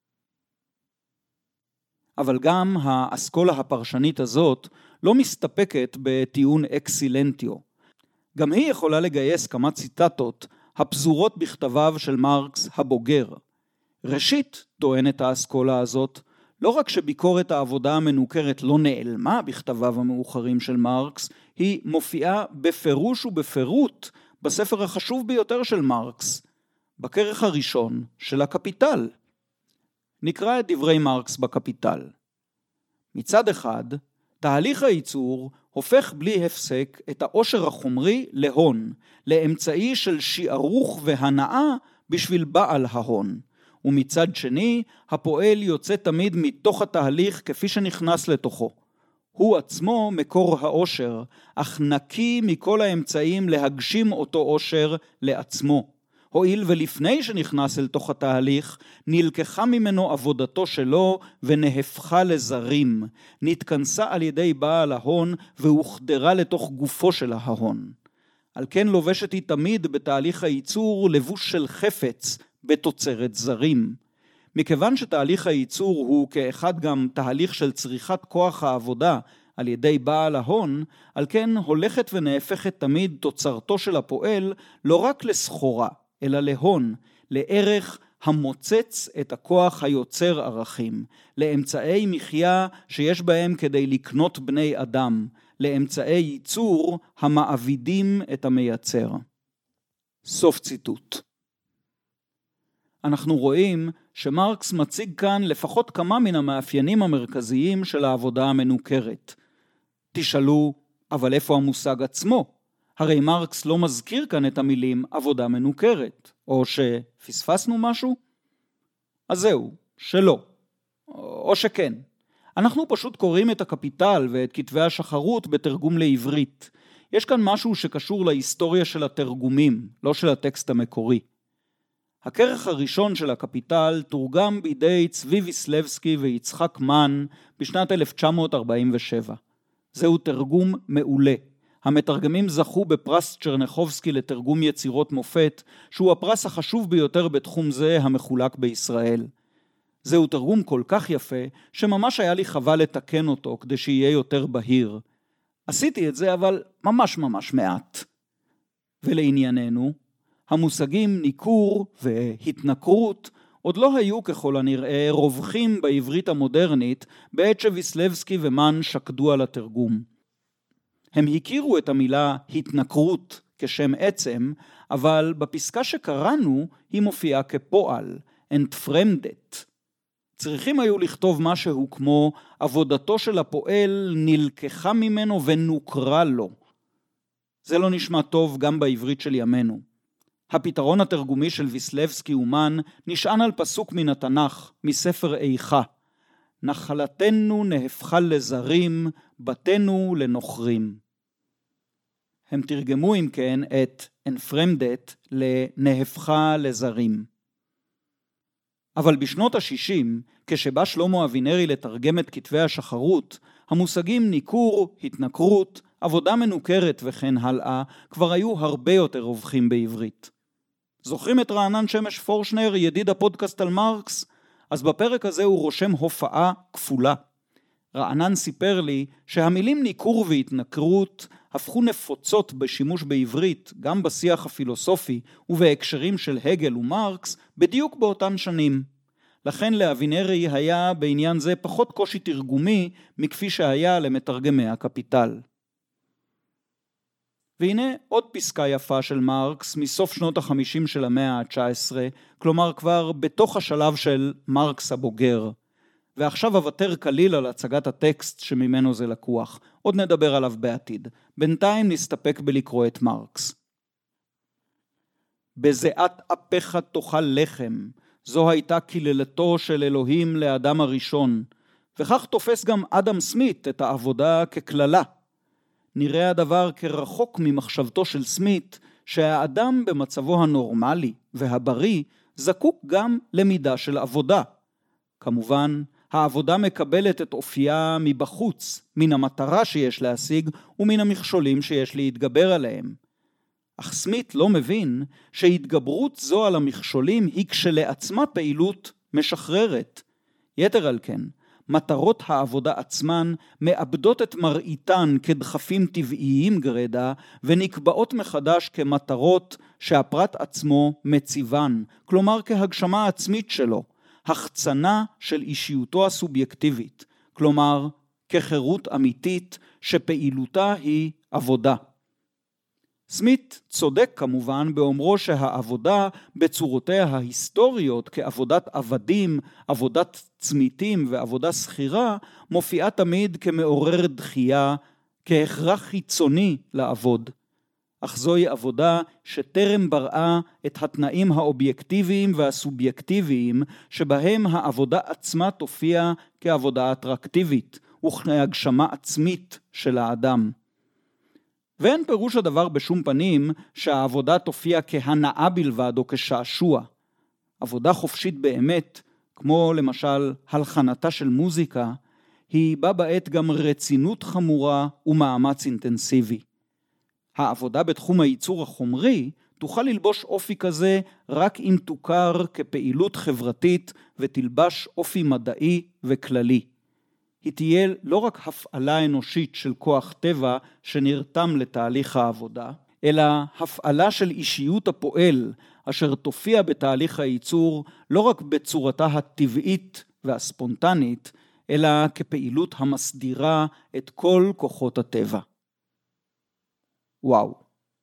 Speaker 1: אבל גם האסכולה הפרשנית הזאת לא מסתפקת בטיעון אקסילנטיו. גם היא יכולה לגייס כמה ציטטות הפזורות בכתביו של מרקס הבוגר. ראשית, טוענת האסכולה הזאת, לא רק שביקורת העבודה המנוכרת לא נעלמה בכתביו המאוחרים של מרקס, היא מופיעה בפירוש ובפירוט בספר החשוב ביותר של מרקס, בכרך הראשון של הקפיטל. נקרא את דברי מרקס בקפיטל. מצד אחד, תהליך הייצור הופך בלי הפסק את העושר החומרי להון, לאמצעי של שיערוך והנאה בשביל בעל ההון. ומצד שני, הפועל יוצא תמיד מתוך התהליך כפי שנכנס לתוכו. הוא עצמו מקור העושר, אך נקי מכל האמצעים להגשים אותו עושר לעצמו. הואיל ולפני שנכנס אל תוך התהליך, נלקחה ממנו עבודתו שלו ונהפכה לזרים, נתכנסה על ידי בעל ההון והוחדרה לתוך גופו של ההון. על כן לובשת היא תמיד בתהליך הייצור לבוש של חפץ בתוצרת זרים. מכיוון שתהליך הייצור הוא כאחד גם תהליך של צריכת כוח העבודה על ידי בעל ההון, על כן הולכת ונהפכת תמיד תוצרתו של הפועל לא רק לסחורה, אלא להון, לערך המוצץ את הכוח היוצר ערכים, לאמצעי מחיה שיש בהם כדי לקנות בני אדם, לאמצעי ייצור המעבידים את המייצר. סוף ציטוט. אנחנו רואים שמרקס מציג כאן לפחות כמה מן המאפיינים המרכזיים של העבודה המנוכרת. תשאלו, אבל איפה המושג עצמו? הרי מרקס לא מזכיר כאן את המילים עבודה מנוכרת, או שפספסנו משהו? אז זהו, שלא. או שכן. אנחנו פשוט קוראים את הקפיטל ואת כתבי השחרות בתרגום לעברית. יש כאן משהו שקשור להיסטוריה של התרגומים, לא של הטקסט המקורי. הכרך הראשון של הקפיטל תורגם בידי צבי ויסלבסקי ויצחק מן בשנת אלף תשע מאות ארבעים ושבע. זהו תרגום מעולה. המתרגמים זכו בפרס צ'רניחובסקי לתרגום יצירות מופת, שהוא הפרס החשוב ביותר בתחום זה המחולק בישראל. זהו תרגום כל כך יפה, שממש היה לי חבל לתקן אותו כדי שיהיה יותר בהיר. עשיתי את זה, אבל ממש ממש מעט. ולענייננו, המושגים ניכור והתנכרות עוד לא היו ככל הנראה רווחים בעברית המודרנית, בעת שוויסלבסקי ומן שקדו על התרגום. הם הכירו את המילה התנכרות כשם עצם, אבל בפסקה שקראנו היא מופיעה כפועל, entfremdet. צריכים היו לכתוב משהו כמו עבודתו של הפועל נלקחה ממנו ונוקרה לו. זה לא נשמע טוב גם בעברית של ימינו. הפתרון התרגומי של ויסלבסקי ומן נשען על פסוק מן התנ"ך, מספר איכה. נחלתנו נהפכה לזרים, בתינו לנוכרים. הם תרגמו אם כן את entfremdet לנהפכה לזרים. אבל בשנות ה-שישים, כשבא שלמה אבינרי לתרגם את כתבי השחרות, המושגים ניכור, התנכרות, עבודה מנוכרת וכן הלאה, כבר היו הרבה יותר רווחים בעברית. זוכרים את רענן שמש פורשנר, ידיד הפודקאסט על מרקס? אז בפרק הזה הוא רושם הופעה כפולה. רענן סיפר לי שהמילים ניכור והתנכרות הפכו נפוצות בשימוש בעברית, גם בשיח הפילוסופי ובהקשרים של הגל ומרקס, בדיוק באותן שנים. לכן לאבינרי היה בעניין זה פחות קושי תרגומי מכפי שהיה למתרגמי הקפיטל. והנה עוד פסקה יפה של מרקס מסוף שנות החמישים של המאה ה-תשע עשרה, כלומר כבר בתוך השלב של מרקס הבוגר. ועכשיו אוותר כליל על הצגת הטקסט שממנו זה לקוח. עוד נדבר עליו בעתיד. בינתיים נסתפק בלקרוא את מרקס. בזיעת אפיך תאכל לחם, זו הייתה קללתו של אלוהים לאדם הראשון, וכך תופס גם אדם סמית את העבודה ככללה. נראה הדבר כרחוק ממחשבתו של סמית, שהאדם במצבו הנורמלי והבריא זקוק גם למידה של עבודה. כמובן, העבודה מקבלת את אופייה מבחוץ, מן המטרה שיש להשיג ומן המכשולים שיש להתגבר עליהם. אך סמית לא מבין שהתגברות זו על המכשולים היא כשלעצמה פעילות משחררת. יתר על כן, מטרות העבודה עצמן מאבדות את מראיתן כדחפים טבעיים גרדה ונקבעות מחדש כמטרות שהפרט עצמו מציבן, כלומר כהגשמה עצמית שלו, החצנה של אישיותו הסובייקטיבית, כלומר כחירות אמיתית שפעילותה היא עבודה. סמית צודק כמובן באומרו שהעבודה בצורותיה ההיסטוריות כעבודת עבדים, עבודת צמיתים ועבודה שכירה מופיעה תמיד כמעורר דחייה, כהכרח חיצוני לעבוד. אך זוהי עבודה שטרם בראה את התנאים האובייקטיביים והסובייקטיביים שבהם העבודה עצמה תופיע כעבודה אטרקטיבית וכהגשמה עצמית של האדם. ואין פירוש הדבר בשום פנים שהעבודה תופיע כהנאה בלבד או כשעשוע. עבודה חופשית באמת, כמו למשל הלחנתה של מוזיקה, היא בה בעת גם רצינות חמורה ומאמץ אינטנסיבי. העבודה בתחום הייצור החומרי תוכל ללבוש אופי כזה רק אם תוכר כפעילות חברתית ותלבש אופי מדעי וכללי. היא תהיה לא רק הפעלה אנושית של כוח טבע שנרתם לתהליך העבודה, אלא הפעלה של אישיות הפועל אשר תופיע בתהליך הייצור לא רק בצורתה הטבעית והספונטנית, אלא כפעילות המסדירה את כל כוחות הטבע. וואו.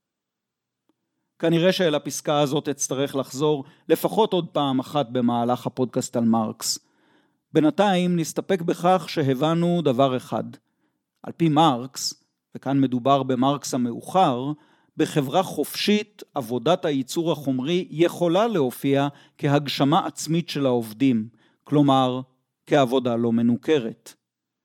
Speaker 1: כנראה שאל הפסקה הזאת אצטרך לחזור לפחות עוד פעם אחת במהלך הפודקאסט על מרקס. בינתיים נסתפק בכך שהבנו דבר אחד. על פי מרקס, וכאן מדובר במרקס המאוחר, בחברה חופשית עבודת הייצור החומרי יכולה להופיע כהגשמה עצמית של העובדים, כלומר כעבודה לא מנוכרת.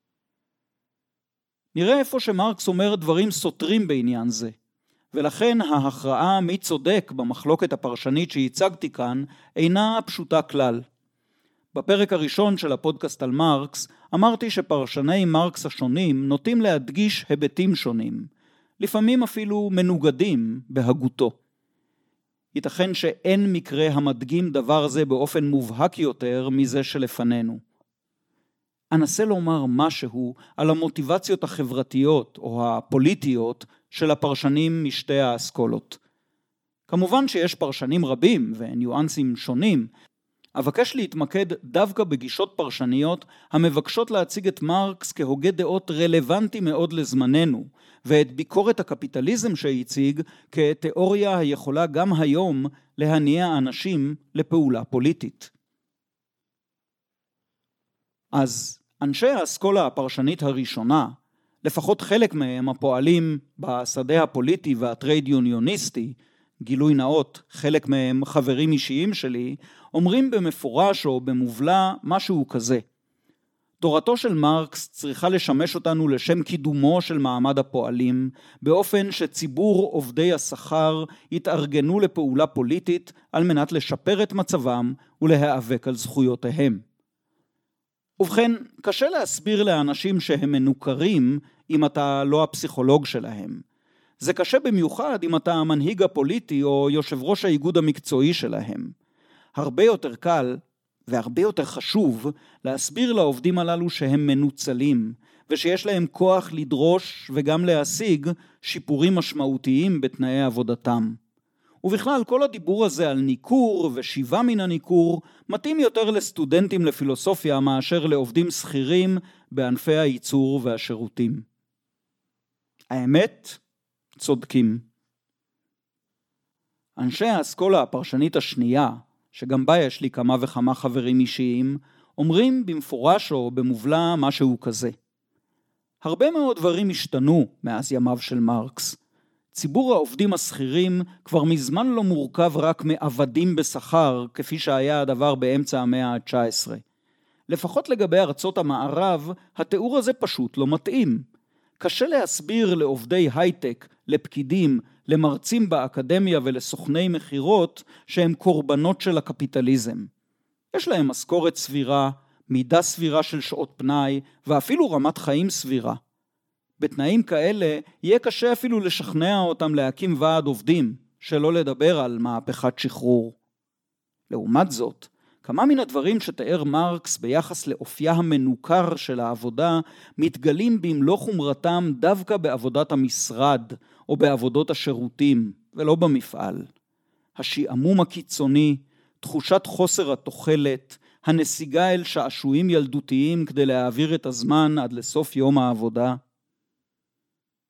Speaker 1: נראה איפה שמרקס אומר דברים סותרים בעניין זה, ולכן ההכרעה מי צודק במחלוקת הפרשנית שהצגתי כאן אינה פשוטה כלל. בפרק הראשון של הפודקאסט על מרקס אמרתי שפרשני מרקס השונים נוטים להדגיש היבטים שונים, לפעמים אפילו מנוגדים בהגותו. ייתכן שאין מקרה המדגים דבר זה באופן מובהק יותר מזה שלפנינו. אנסה לומר משהו על המוטיבציות החברתיות או הפוליטיות של הפרשנים משתי האסכולות. כמובן שיש פרשנים רבים וניואנסים שונים, אבקש להתמקד דווקא בגישות פרשניות המבקשות להציג את מרקס כהוגה דעות רלוונטי מאוד לזמננו, ואת ביקורת הקפיטליזם שהציג כתיאוריה היכולה גם היום להניע אנשים לפעולה פוליטית. אז אנשי האסכולה הפרשנית הראשונה, לפחות חלק מהם הפועלים בשדה הפוליטי והטרייד יוניוניסטי, גילוי נאות, חלק מהם חברים אישיים שלי, אומרים במפורש או במובלע משהו כזה. תורתו של מרקס צריכה לשמש אותנו לשם קידומו של מעמד הפועלים, באופן שציבור עובדי השכר יתארגנו לפעולה פוליטית על מנת לשפר את מצבם ולהיאבק על זכויותיהם. ובכן, קשה להסביר לאנשים שהם מנוכרים אם אתה לא הפסיכולוג שלהם. זה קשה במיוחד אם אתה המנהיג הפוליטי או יושב ראש האיגוד המקצועי שלהם. הרבה יותר קל והרבה יותר חשוב להסביר לעובדים הללו שהם מנוצלים, ושיש להם כוח לדרוש וגם להשיג שיפורים משמעותיים בתנאי עבודתם. ובכלל כל הדיבור הזה על ניכור ושיבה מן הניכור מתאים יותר לסטודנטים לפילוסופיה מאשר לעובדים שכירים בענפי הייצור והשירותים. האמת? צודקים. אנשי האסכולה הפרשנית השנייה, שגם בה יש לי כמה וכמה חברים אישיים, אומרים במפורש או במובלע משהו כזה. הרבה מאוד דברים השתנו מאז ימיו של מרקס. ציבור העובדים השכירים כבר מזמן לא מורכב רק מעבדים בשכר, כפי שהיה הדבר באמצע המאה ה-תשע עשרה. לפחות לגבי ארצות המערב, התיאור הזה פשוט לא מתאים. קשה להסביר לעובדי הייטק, לפקידים, למרצים באקדמיה ולסוכני מחירות שהם קורבנות של הקפיטליזם. יש להם משכורת סבירה, מידה סבירה של שעות פנאי ואפילו רמת חיים סבירה. בתנאים כאלה יהיה קשה אפילו לשכנע אותם להקים ועד עובדים, שלא לדבר על מהפכת שחרור. לעומת זאת, כמה מן הדברים שתיאר מרקס ביחס לאופייה המנוכר של העבודה מתגלים במלוא חומרתם דווקא בעבודת המשרד או בעבודות השירותים ולא במפעל. השעמום הקיצוני, תחושת חוסר התוחלת, הנסיגה אל שעשועים ילדותיים כדי להעביר את הזמן עד לסוף יום העבודה.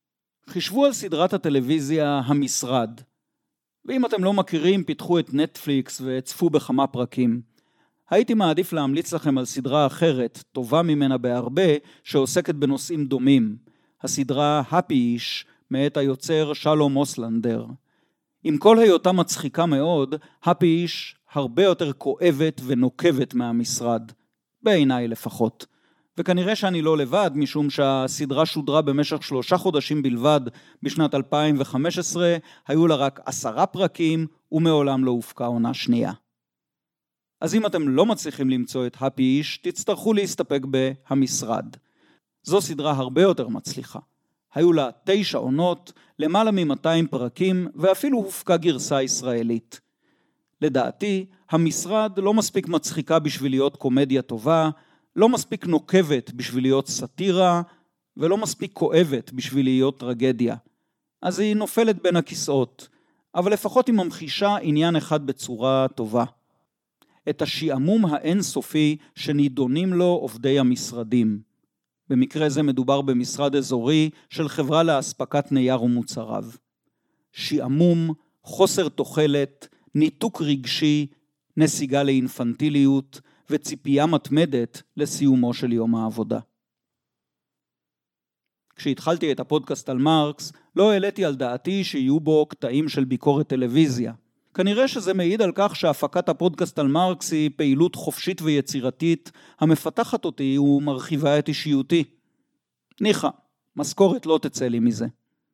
Speaker 1: חישבו על סדרת הטלוויזיה המשרד. ואם אתם לא מכירים, פיתחו את נטפליקס וצפו בכמה פרקים. הייתי מעדיף להמליץ לכם על סדרה אחרת, טובה ממנה בהרבה, שעוסקת בנושאים דומים. הסדרה Happy-ish, מאת היוצר שלום אוסלנדר. עם כל היותה מצחיקה מאוד, Happy-ish הרבה יותר כואבת ונוקבת מהמשרד. בעיניי לפחות. וכנראה שאני לא לבד, משום שהסדרה שודרה במשך שלושה חודשים בלבד בשנת אלפיים וחמש עשרה, היו לה רק עשרה פרקים ומעולם לא הופקה עונה שנייה. אז אם אתם לא מצליחים למצוא את Happy-ish, תצטרכו להסתפק ב"המשרד". זו סדרה הרבה יותר מצליחה. היו לה תשע עונות, למעלה מ-מאתיים פרקים, ואפילו הופקה גרסה ישראלית. לדעתי, המשרד לא מספיק מצחיקה בשביל להיות קומדיה טובה, לא מספיק נוקבת בשביל להיות סאטירה, ולא מספיק כואבת בשביל להיות טרגדיה. אז היא נופלת בין הכיסאות, אבל לפחות היא ממחישה עניין אחד בצורה טובה. את השעמום האינסופי שנידונים לו עובדי המשרדים. במקרה זה מדובר במשרד אזורי של חברה להספקת נייר ומוצריו. שעמום, חוסר תוחלת, ניתוק רגשי, נסיגה לאינפנטיליות וציפייה מתמדת לסיומו של יום העבודה. כשהתחלתי את הפודקאסט על מרקס, לא העליתי על דעתי שיהיו בו קטעים של ביקורת טלוויזיה. כנראה שזה מעיד על כך שהפקת הפודקאסט על מרקס היא פעילות חופשית ויצירתית, המפתחת אותי ומרחיבה את אישיותי. ניחא, משכורת לא תצא לי מזה.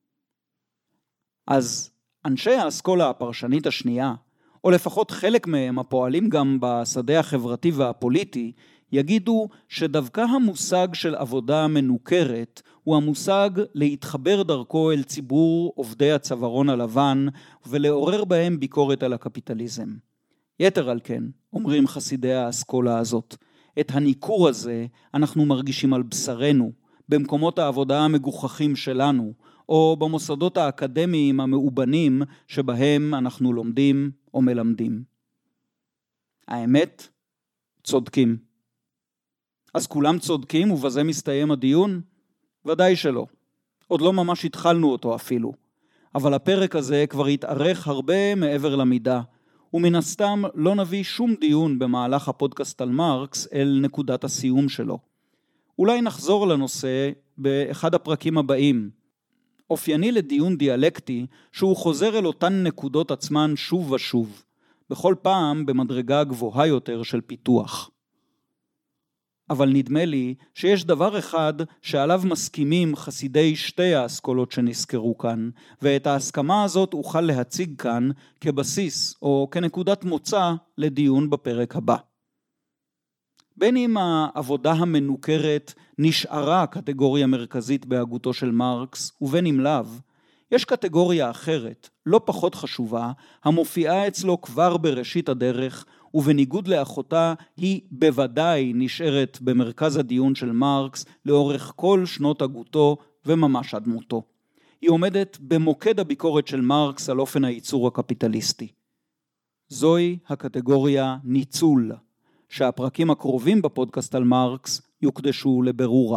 Speaker 1: אז אנשי האסכולה הפרשנית השנייה, או לפחות חלק מהם הפועלים גם בשדה החברתי והפוליטי, יגידו שדווקא המושג של עבודה מנוכרת הוא המושג להתחבר דרכו אל ציבור עובדי הצווארון הלבן ולעורר בהם ביקורת על הקפיטליזם. יתר על כן, אומרים חסידי האסכולה הזאת, את הניכור הזה אנחנו מרגישים על בשרנו, במקומות העבודה המגוחכים שלנו, או במוסדות האקדמיים המאובנים שבהם אנחנו לומדים או מלמדים. האמת? צודקים. אז כולם צודקים ובזה מסתיים הדיון? ודאי שלא. עוד לא ממש התחלנו אותו אפילו. אבל הפרק הזה כבר התארך הרבה מעבר למידה, ומן הסתם לא נביא שום דיון במהלך הפודקאסט על מרקס אל נקודת הסיום שלו. אולי נחזור לנושא באחד הפרקים הבאים. אופייני לדיון דיאלקטי שהוא חוזר אל אותן נקודות עצמן שוב ושוב, בכל פעם במדרגה גבוהה יותר של פיתוח. אבל נדמה לי שיש דבר אחד שעליו מסכימים חסידי שתי האסכולות שנזכרו כאן, ואת ההסכמה הזאת אוכל להציג כאן כבסיס או כנקודת מוצא לדיון בפרק הבא. בין אם העבודה המנוכרת נשארה קטגוריה מרכזית בהגותו של מרקס, ובין אם לאו, יש קטגוריה אחרת, לא פחות חשובה, המופיעה אצלו כבר בראשית הדרך, ובניגוד לאחותה היא בוודאי נשארת במרכז הדיון של מרקס לאורך כל שנות הגותו וממש עד מותו. היא עומדת במוקד הביקורת של מרקס על אופן הייצור הקפיטליסטי. זוהי הקטגוריה ניצול, שהפרקים הקרובים בפודקאסט על מרקס יוקדשו לברורה.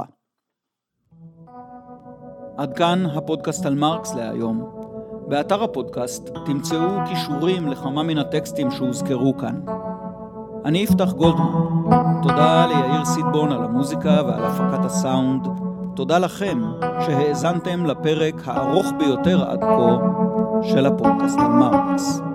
Speaker 1: עד כאן הפודקאסט על מרקס להיום. באתר הפודקאסט תמצאו קישורים לכמה מן הטקסטים שהוזכרו כאן. אני יפתח גולדמן. תודה ליאיר סידבון על המוזיקה ועל הפקת הסאונד. תודה לכם שהאזנתם לפרק הארוך ביותר עד כה של הפודקאסט על מרקס.